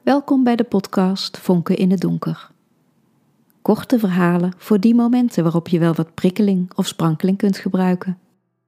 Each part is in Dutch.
Welkom bij de podcast Vonken in het Donker. Korte verhalen voor die momenten waarop je wel wat prikkeling of sprankeling kunt gebruiken.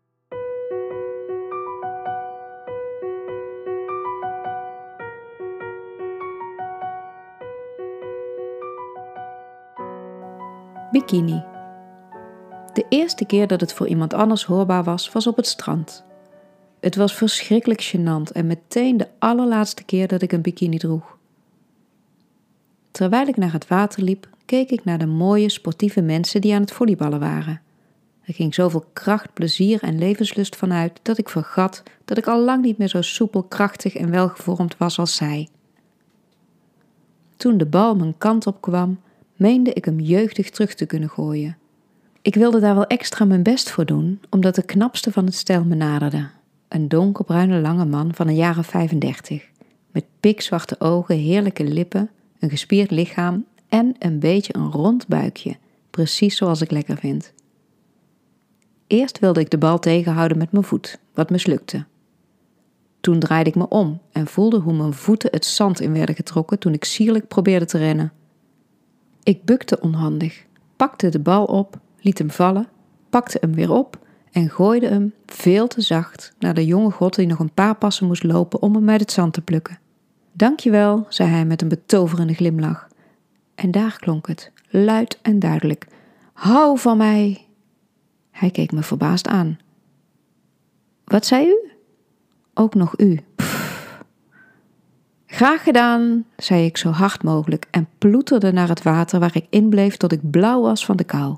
Bikini. De eerste keer dat het voor iemand anders hoorbaar was op het strand. Het was verschrikkelijk gênant en meteen de allerlaatste keer dat ik een bikini droeg. Terwijl ik naar het water liep, keek ik naar de mooie, sportieve mensen die aan het volleyballen waren. Er ging zoveel kracht, plezier en levenslust vanuit dat ik vergat dat ik al lang niet meer zo soepel, krachtig en welgevormd was als zij. Toen de bal mijn kant op kwam, meende ik hem jeugdig terug te kunnen gooien. Ik wilde daar wel extra mijn best voor doen, omdat de knapste van het stel me naderde. Een donkerbruine lange man van een jaar of 35, met pikzwarte ogen, heerlijke lippen, een gespierd lichaam en een beetje een rond buikje, precies zoals ik lekker vind. Eerst wilde ik de bal tegenhouden met mijn voet, wat mislukte. Toen draaide ik me om en voelde hoe mijn voeten het zand in werden getrokken toen ik sierlijk probeerde te rennen. Ik bukte onhandig, pakte de bal op, liet hem vallen, pakte hem weer op en gooide hem veel te zacht naar de jonge god die nog een paar passen moest lopen om hem uit het zand te plukken. "Dankjewel," zei hij met een betoverende glimlach. En daar klonk het, luid en duidelijk. "Hou van mij!" Hij keek me verbaasd aan. "Wat zei u?" "Ook nog u." Pff. "Graag gedaan," zei ik zo hard mogelijk en ploeterde naar het water waar ik inbleef tot ik blauw was van de kou.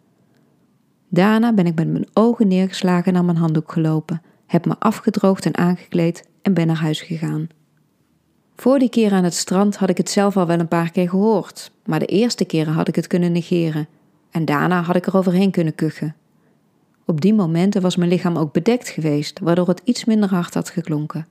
Daarna ben ik met mijn ogen neergeslagen naar mijn handdoek gelopen, heb me afgedroogd en aangekleed en ben naar huis gegaan. Voor die keer aan het strand had ik het zelf al wel een paar keer gehoord, maar de eerste keren had ik het kunnen negeren en daarna had ik er overheen kunnen kuchen. Op die momenten was mijn lichaam ook bedekt geweest, waardoor het iets minder hard had geklonken.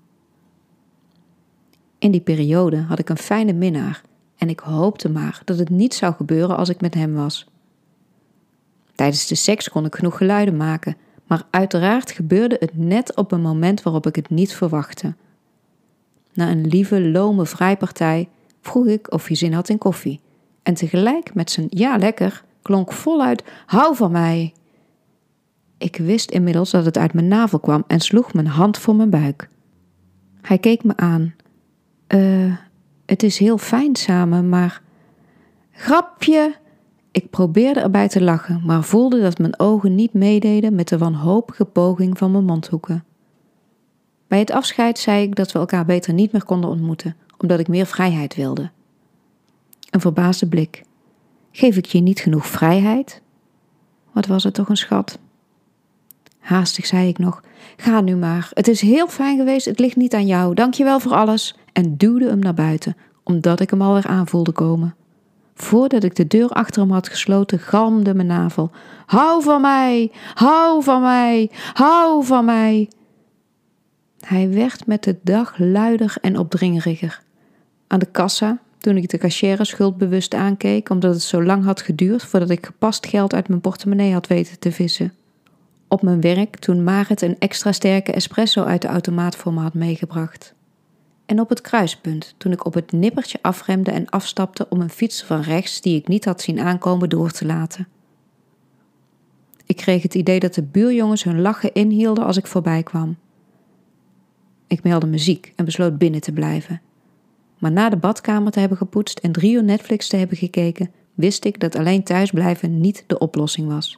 In die periode had ik een fijne minnaar en ik hoopte maar dat het niet zou gebeuren als ik met hem was. Tijdens de seks kon ik genoeg geluiden maken, maar uiteraard gebeurde het net op een moment waarop ik het niet verwachtte. Na een lieve, lome vrijpartij vroeg ik of hij zin had in koffie. En tegelijk met zijn "ja, lekker" klonk voluit "hou van mij". Ik wist inmiddels dat het uit mijn navel kwam en sloeg mijn hand voor mijn buik. Hij keek me aan. Het is heel fijn samen, maar..." "Grapje!" Ik probeerde erbij te lachen, maar voelde dat mijn ogen niet meededen met de wanhopige poging van mijn mondhoeken. Bij het afscheid zei ik dat we elkaar beter niet meer konden ontmoeten, omdat ik meer vrijheid wilde. Een verbaasde blik. "Geef ik je niet genoeg vrijheid?" Wat was het toch een schat. Haastig zei ik nog: "Ga nu maar, het is heel fijn geweest, het ligt niet aan jou, dank je wel voor alles," en duwde hem naar buiten, omdat ik hem alweer aan voelde komen. Voordat ik de deur achter hem had gesloten, galmde mijn navel: "Hou van mij, hou van mij, hou van mij." Hij werd met de dag luider en opdringeriger. Aan de kassa, toen ik de cashier schuldbewust aankeek, omdat het zo lang had geduurd voordat ik gepast geld uit mijn portemonnee had weten te vissen. Op mijn werk, toen Marit een extra sterke espresso uit de automaat voor me had meegebracht. En op het kruispunt, toen ik op het nippertje afremde en afstapte om een fietser van rechts die ik niet had zien aankomen door te laten. Ik kreeg het idee dat de buurjongens hun lachen inhielden als ik voorbij kwam. Ik meldde me ziek en besloot binnen te blijven. Maar na de badkamer te hebben gepoetst en 3 uur Netflix te hebben gekeken, wist ik dat alleen thuisblijven niet de oplossing was.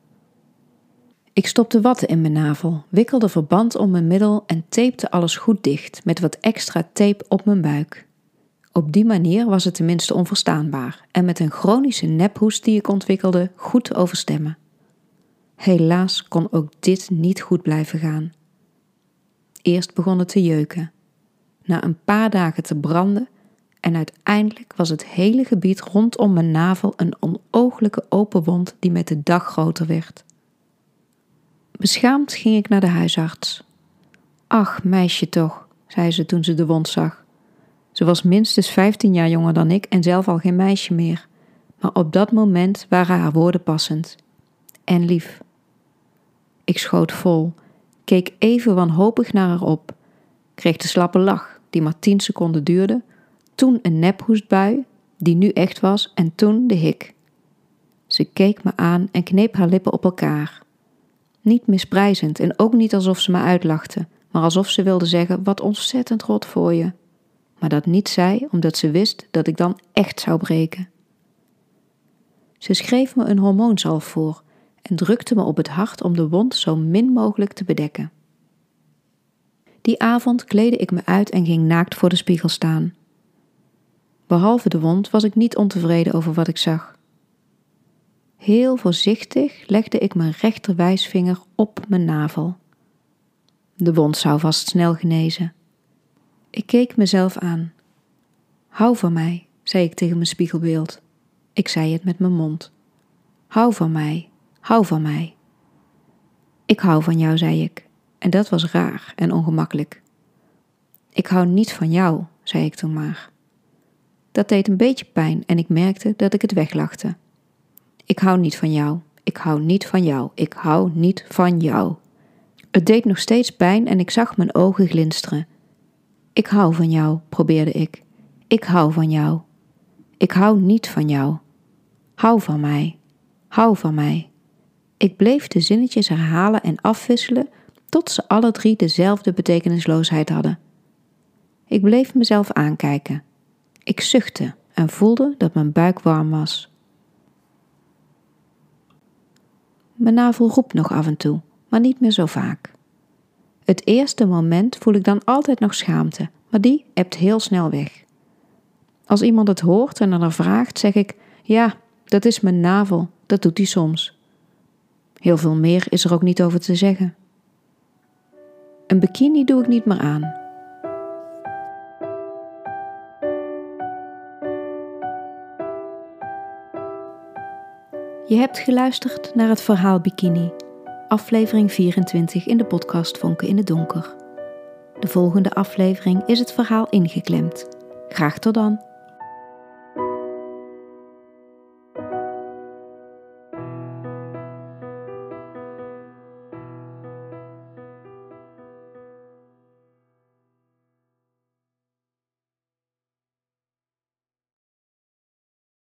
Ik stopte watten in mijn navel, wikkelde verband om mijn middel en tapete alles goed dicht met wat extra tape op mijn buik. Op die manier was het tenminste onverstaanbaar en met een chronische nephoest die ik ontwikkelde goed te overstemmen. Helaas kon ook dit niet goed blijven gaan. Eerst begon het te jeuken, na een paar dagen te branden en uiteindelijk was het hele gebied rondom mijn navel een onooglijke open wond die met de dag groter werd. Beschaamd ging ik naar de huisarts. "Ach, meisje toch," zei ze toen ze de wond zag. Ze was minstens 15 jaar jonger dan ik en zelf al geen meisje meer. Maar op dat moment waren haar woorden passend. En lief. Ik schoot vol, keek even wanhopig naar haar op, kreeg de slappe lach, die maar 10 seconden duurde, Toen een nephoestbui, die nu echt was, en toen de hik. Ze keek me aan en kneep haar lippen op elkaar. Niet misprijzend en ook niet alsof ze me uitlachte, maar alsof ze wilde zeggen, wat ontzettend rot voor je. Maar dat niet zei, omdat ze wist dat ik dan echt zou breken. Ze schreef me een hormoonzalf voor en drukte me op het hart om de wond zo min mogelijk te bedekken. Die avond kleedde ik me uit en ging naakt voor de spiegel staan. Behalve de wond was ik niet ontevreden over wat ik zag. Heel voorzichtig legde ik mijn rechterwijsvinger op mijn navel. De wond zou vast snel genezen. Ik keek mezelf aan. Hou van mij, zei ik tegen mijn spiegelbeeld. Ik zei het met mijn mond. Hou van mij, hou van mij. Ik hou van jou, zei ik. En dat was raar en ongemakkelijk. Ik hou niet van jou, zei ik toen maar. Dat deed een beetje pijn en ik merkte dat ik het weglachte. Ik hou niet van jou, ik hou niet van jou, ik hou niet van jou. Het deed nog steeds pijn en ik zag mijn ogen glinsteren. Ik hou van jou, probeerde ik. Ik hou van jou. Ik hou niet van jou. Hou van mij. Hou van mij. Ik bleef de zinnetjes herhalen en afwisselen tot ze alle drie dezelfde betekenisloosheid hadden. Ik bleef mezelf aankijken. Ik zuchtte en voelde dat mijn buik warm was. Mijn navel roept nog af en toe, maar niet meer zo vaak. Het eerste moment voel ik dan altijd nog schaamte, maar die ebt heel snel weg. Als iemand het hoort en er vraagt, zeg ik, ja, dat is mijn navel, dat doet hij soms. Heel veel meer is er ook niet over te zeggen. Een bikini doe ik niet meer aan. Je hebt geluisterd naar het verhaal Bikini, aflevering 24 in de podcast Vonken in het Donker. De volgende aflevering is het verhaal Ingeklemd. Graag tot dan.